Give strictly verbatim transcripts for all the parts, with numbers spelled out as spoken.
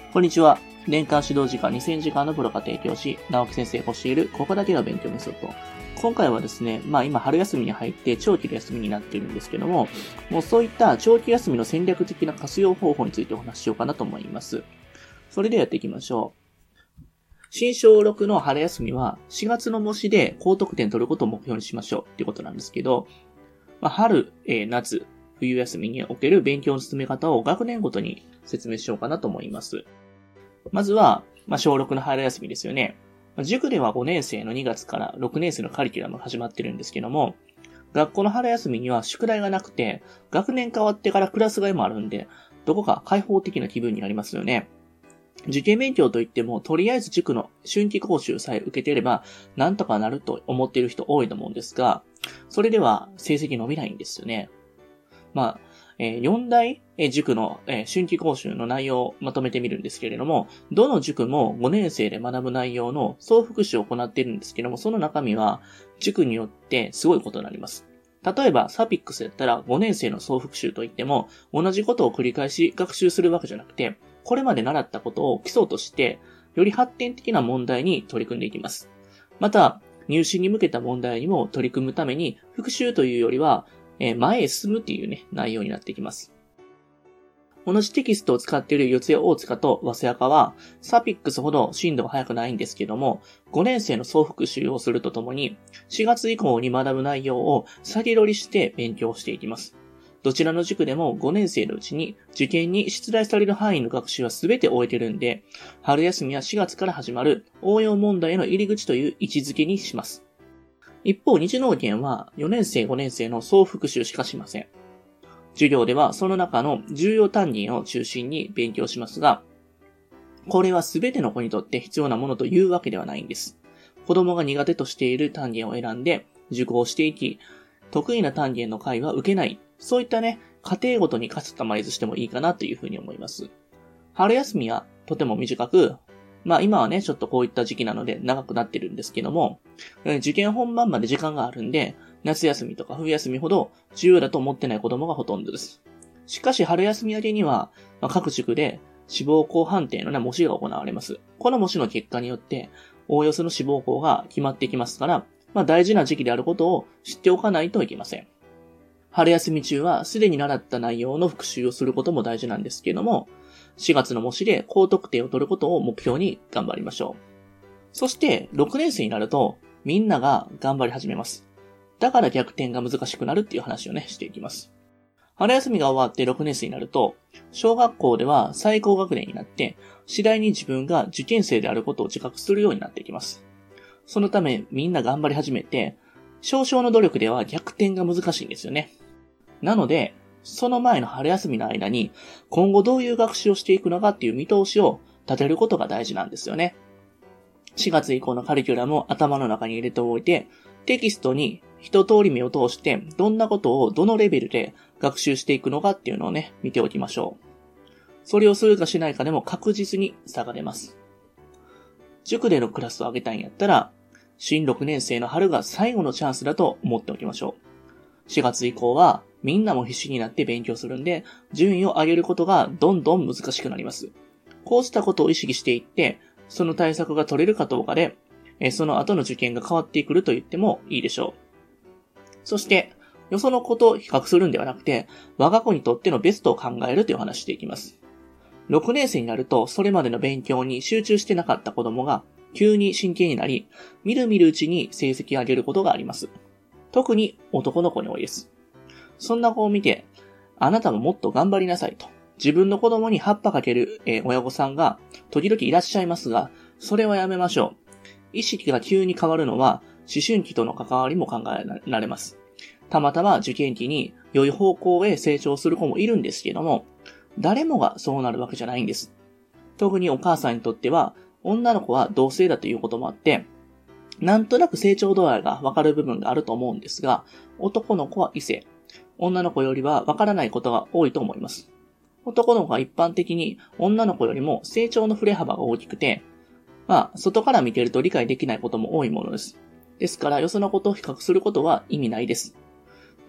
こんにちは。年間指導時間にせんじかんのプロが提供し、直木先生が教えるここだけの勉強メソッド。今回はですね、まあ今春休みに入って長期の休みになっているんですけども、もうそういった長期休みの戦略的な活用方法についてお話ししようかなと思います。それではやっていきましょう。新小ろくの春休みはしがつの模試で高得点取ることを目標にしましょうっていうことなんですけど、まあ、春、えー、夏、冬休みにおける勉強の進め方を学年ごとに説明しようかなと思います。まずは、まあ、小ろくの春休みですよね。塾ではごねん生のにがつからろくねん生のカリキュラムが始まってるんですけども、学校の春休みには宿題がなくて、学年変わってからクラス替えもあるんで、どこか開放的な気分になりますよね。受験勉強といっても、とりあえず塾の春季講習さえ受けていれば、なんとかなると思っている人多いと思うんですが、それでは成績伸びないんですよね。まあ、えー、よん大、えー、塾の、えー、春季講習の内容をまとめてみるんですけれども、どの塾もごねん生で学ぶ内容の総復習を行っているんですけども、その中身は塾によってすごいことになります。例えば、サピックスだったらごねん生の総復習といっても、同じことを繰り返し学習するわけじゃなくて、これまで習ったことを基礎として、より発展的な問題に取り組んでいきます。また、入試に向けた問題にも取り組むために、復習というよりは、前へ進むっていうね、内容になっていきます。同じテキストを使っている四谷大塚と早稲赤は、サピックスほど進度が速くないんですけども、ごねん生の総復習をするとともに、しがつ以降に学ぶ内容を先取りして勉強していきます。どちらの塾でもごねん生のうちに受験に出題される範囲の学習は全て終えてるんで、春休みはしがつから始まる応用問題への入り口という位置づけにします。一方、日農研はよねん生ごねん生の総復習しかしません。授業ではその中の重要単元を中心に勉強しますが、これは全ての子にとって必要なものというわけではないんです。子供が苦手としている単元を選んで受講していき、得意な単元の回は受けない。そういったね、家庭ごとにカスタマイズしてもいいかなというふうに思います。春休みはとても短く、まあ今はね、ちょっとこういった時期なので長くなってるんですけども、受験本番まで時間があるんで、夏休みとか冬休みほど重要だと思ってない子供がほとんどです。しかし春休み明けには、まあ、各塾で志望校判定のね、模試が行われます。この模試の結果によって、おおよその志望校が決まってきますから、まあ大事な時期であることを知っておかないといけません。春休み中はすでに習った内容の復習をすることも大事なんですけども、しがつの模試で高得点を取ることを目標に頑張りましょう。そしてろくねん生になるとみんなが頑張り始めます。だから逆転が難しくなるっていう話をね、していきます。春休みが終わってろくねん生になると、小学校では最高学年になって、次第に自分が受験生であることを自覚するようになっていきます。そのためみんな頑張り始めて、少々の努力では逆転が難しいんですよね。なので、その前の春休みの間に今後どういう学習をしていくのかっていう見通しを立てることが大事なんですよね。しがつ以降のカリキュラムを頭の中に入れておいて、テキストに一通り目を通してどんなことをどのレベルで学習していくのかっていうのをね、見ておきましょう。それをするかしないかでも確実に差が出ます。塾でのクラスを上げたいんやったら、新ろくねん生の春が最後のチャンスだと思っておきましょう。しがつ以降はみんなも必死になって勉強するんで、順位を上げることがどんどん難しくなります。こうしたことを意識していって、その対策が取れるかどうかで、その後の受験が変わってくると言ってもいいでしょう。そして、よその子と比較するんではなくて、我が子にとってのベストを考えるという話していきます。ろくねん生になると、それまでの勉強に集中してなかった子供が、急に真剣になり、みるみるうちに成績を上げることがあります。特に男の子に多いです。そんな子を見て、あなたももっと頑張りなさいと。自分の子供に葉っぱかける、えー、親御さんが時々いらっしゃいますが、それはやめましょう。意識が急に変わるのは、思春期との関わりも考えられます。たまたま受験期に良い方向へ成長する子もいるんですけども、誰もがそうなるわけじゃないんです。特にお母さんにとっては、女の子は同性だということもあって、なんとなく成長度合いがわかる部分があると思うんですが、男の子は異性。女の子よりはわからないことが多いと思います。男の子は一般的に女の子よりも成長の振れ幅が大きくて、まあ、外から見てると理解できないことも多いものです。ですから、よその子と比較することは意味ないです。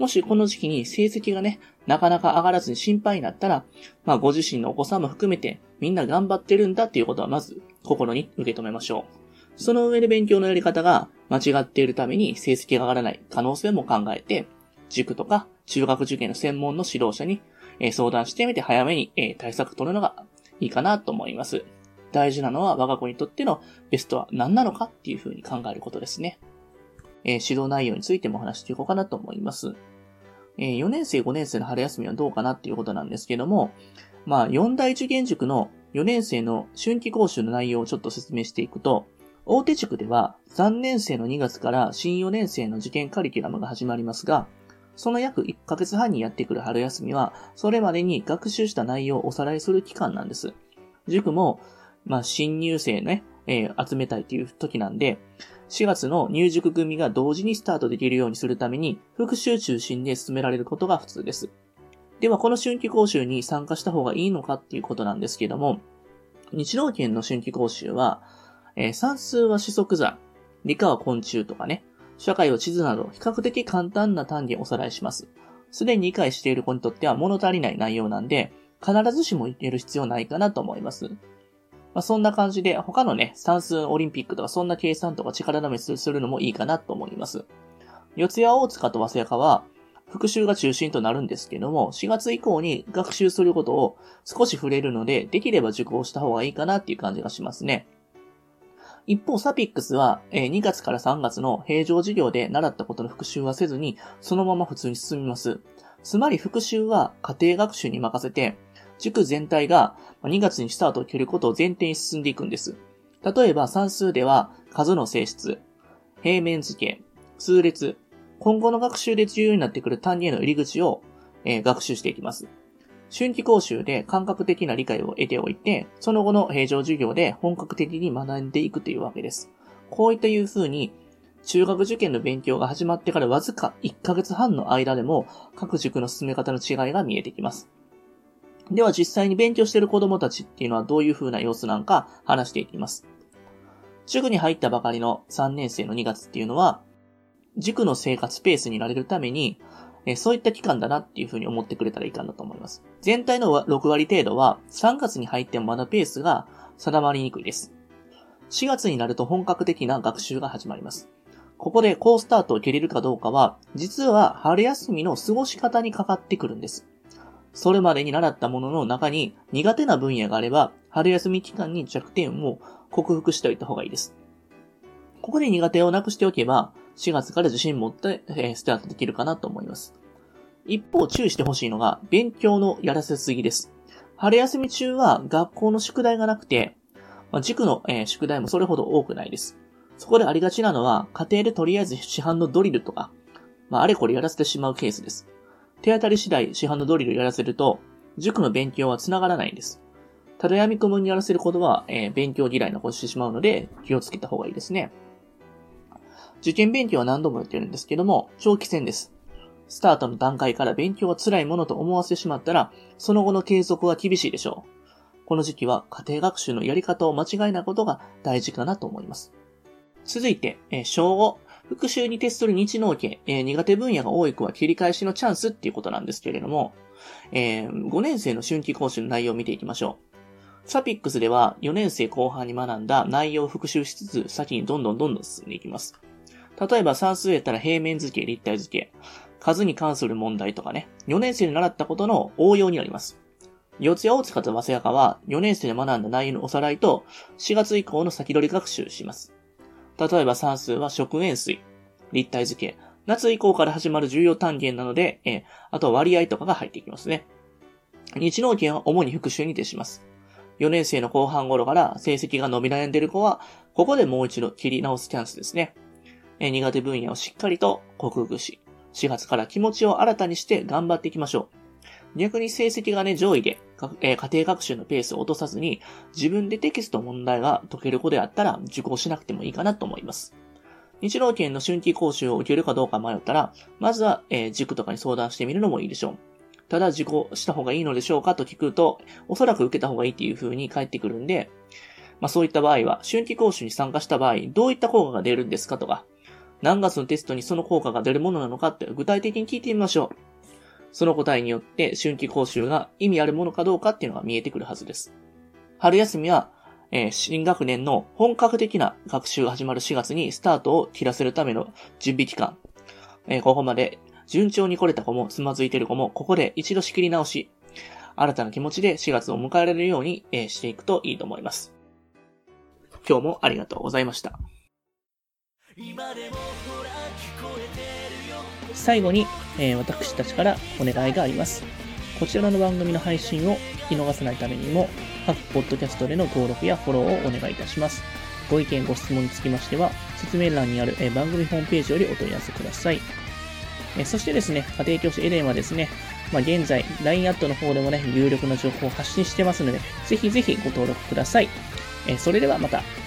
もしこの時期に成績がね、なかなか上がらずに心配になったら、まあご自身のお子さんも含めてみんな頑張ってるんだっていうことはまず心に受け止めましょう。その上で勉強のやり方が間違っているために成績が上がらない可能性も考えて、塾とか中学受験の専門の指導者に相談してみて早めに対策取るのがいいかなと思います。大事なのは我が子にとってのベストは何なのかっていうふうに考えることですね。えー、指導内容についてもお話していこうかなと思います。えー、よねん生、ごねん生の春休みはどうかなっていうことなんですけども、まあ、よん大受験塾のよねん生の春季講習の内容をちょっと説明していくと、大手塾ではさんねん生のにがつから新よねん生の受験カリキュラムが始まりますが、その約いっかげつはんにやってくる春休みは、それまでに学習した内容をおさらいする期間なんです。塾も、まあ、新入生ね、えー、集めたいという時なんで、しがつの入塾組が同時にスタートできるようにするために、復習中心で進められることが普通です。では、この春季講習に参加した方がいいのかっていうことなんですけども、日農研の春季講習は、えー、算数は四則算、理科は昆虫とかね、社会は地図など、比較的簡単な単元をおさらいします。すでに理解している子にとっては物足りない内容なんで、必ずしもいける必要ないかなと思います。まあ、そんな感じで、他のね、算数オリンピックとかそんな計算とか力試しするのもいいかなと思います。四谷大塚と早稲川は、復習が中心となるんですけども、しがつ以降に学習することを少し触れるので、できれば受講した方がいいかなっていう感じがしますね。一方、サピックスはにがつからさんがつの平常授業で習ったことの復習はせずに、そのまま普通に進みます。つまり復習は家庭学習に任せて、塾全体がにがつにスタートを切ることを前提に進んでいくんです。例えば算数では数の性質、平面図形、数列、今後の学習で重要になってくる単元の入り口を、えー、学習していきます。春季講習で感覚的な理解を得ておいて、その後の平常授業で本格的に学んでいくというわけです。こういったいう風に、中学受験の勉強が始まってからわずかいっかげつはんの間でも、各塾の進め方の違いが見えてきます。では実際に勉強している子供たちっていうのはどういう風な様子なんか話していきます。塾に入ったばかりのさんねん生のにがつっていうのは、塾の生活ペースになれるために、えそういった期間だなっていう風に思ってくれたらいいかなと思います。全体のろくわり程度はさんがつに入ってもまだペースが定まりにくいです。しがつになると本格的な学習が始まります。ここで好スタートを切れるかどうかは、実は春休みの過ごし方にかかってくるんです。それまでに習ったものの中に苦手な分野があれば、春休み期間に弱点を克服しておいた方がいいです。ここで苦手をなくしておけば、しがつから自信持ってスタートできるかなと思います。一方注意してほしいのが、勉強のやらせすぎです。春休み中は学校の宿題がなくて、まあ、塾の、えー、宿題もそれほど多くないです。そこでありがちなのは、家庭でとりあえず市販のドリルとか、まあ、あれこれやらせてしまうケースです。手当たり次第市販のドリルやらせると、塾の勉強は繋がらないんです。ただやみくもにやらせることは、えー、勉強嫌いな子してしまうので、気をつけた方がいいですね。受験勉強は何度もやってるんですけども、長期戦です。スタートの段階から勉強は辛いものと思わせてしまったら、その後の継続は厳しいでしょう。この時期は家庭学習のやり方を間違えないことが大事かなと思います。続いて、えー、小ご、復習に徹する日農系、えー、苦手分野が多い子は切り返しのチャンスっていうことなんですけれども、えー、ごねん生の春季講習の内容を見ていきましょう。サピックスではよねん生後半に学んだ内容を復習しつつ、先にどんどんどんどん進んでいきます。例えば算数やったら平面図形、立体図形、数に関する問題とかね、よねん生で習ったことの応用になります。四谷大塚と早稲川はよねん生で学んだ内容のおさらいとしがつ以降の先取り学習します。例えば算数は食塩水、立体図形、夏以降から始まる重要単元なので、えあとは割合とかが入っていきますね。日農研は主に復習に徹します。よねん生の後半頃から成績が伸び悩んでいる子は、ここでもう一度切り直すチャンスですね。え苦手分野をしっかりと克服し、しがつから気持ちを新たにして頑張っていきましょう。逆に成績がね、上位で、え家庭学習のペースを落とさずに、自分でテキスト問題が解ける子であったら、受講しなくてもいいかなと思います。日農研の春季講習を受けるかどうか迷ったら、まずは、えー、塾とかに相談してみるのもいいでしょう。ただ受講した方がいいのでしょうかと聞くと、おそらく受けた方がいいっていう風に返ってくるんで、まあそういった場合は、春季講習に参加した場合、どういった効果が出るんですかとか、 何月のテストにその効果が出るものなのかって具体的に聞いてみましょう。その答えによって春季講習が意味あるものかどうかっていうのが見えてくるはずです。春休みは、えー、新学年の本格的な学習が始まるしがつにスタートを切らせるための準備期間。えー、ここまで順調に来れた子もつまずいている子もここで一度仕切り直し、新たな気持ちでしがつを迎えられるように、えー、していくといいと思います。今日もありがとうございました。最後に、えー、私たちからお願いがあります。こちらの番組の配信を聞き逃さないためにも、各ポッドキャストでの登録やフォローをお願いいたします。ご意見ご質問につきましては、説明欄にある、えー、番組ホームページよりお問い合わせください。えー、そしてですね、家庭教師エレンはですね、まあ、現在 ライン アットの方でもね、有力な情報を発信してますので、ぜひぜひご登録ください。えー、それではまた。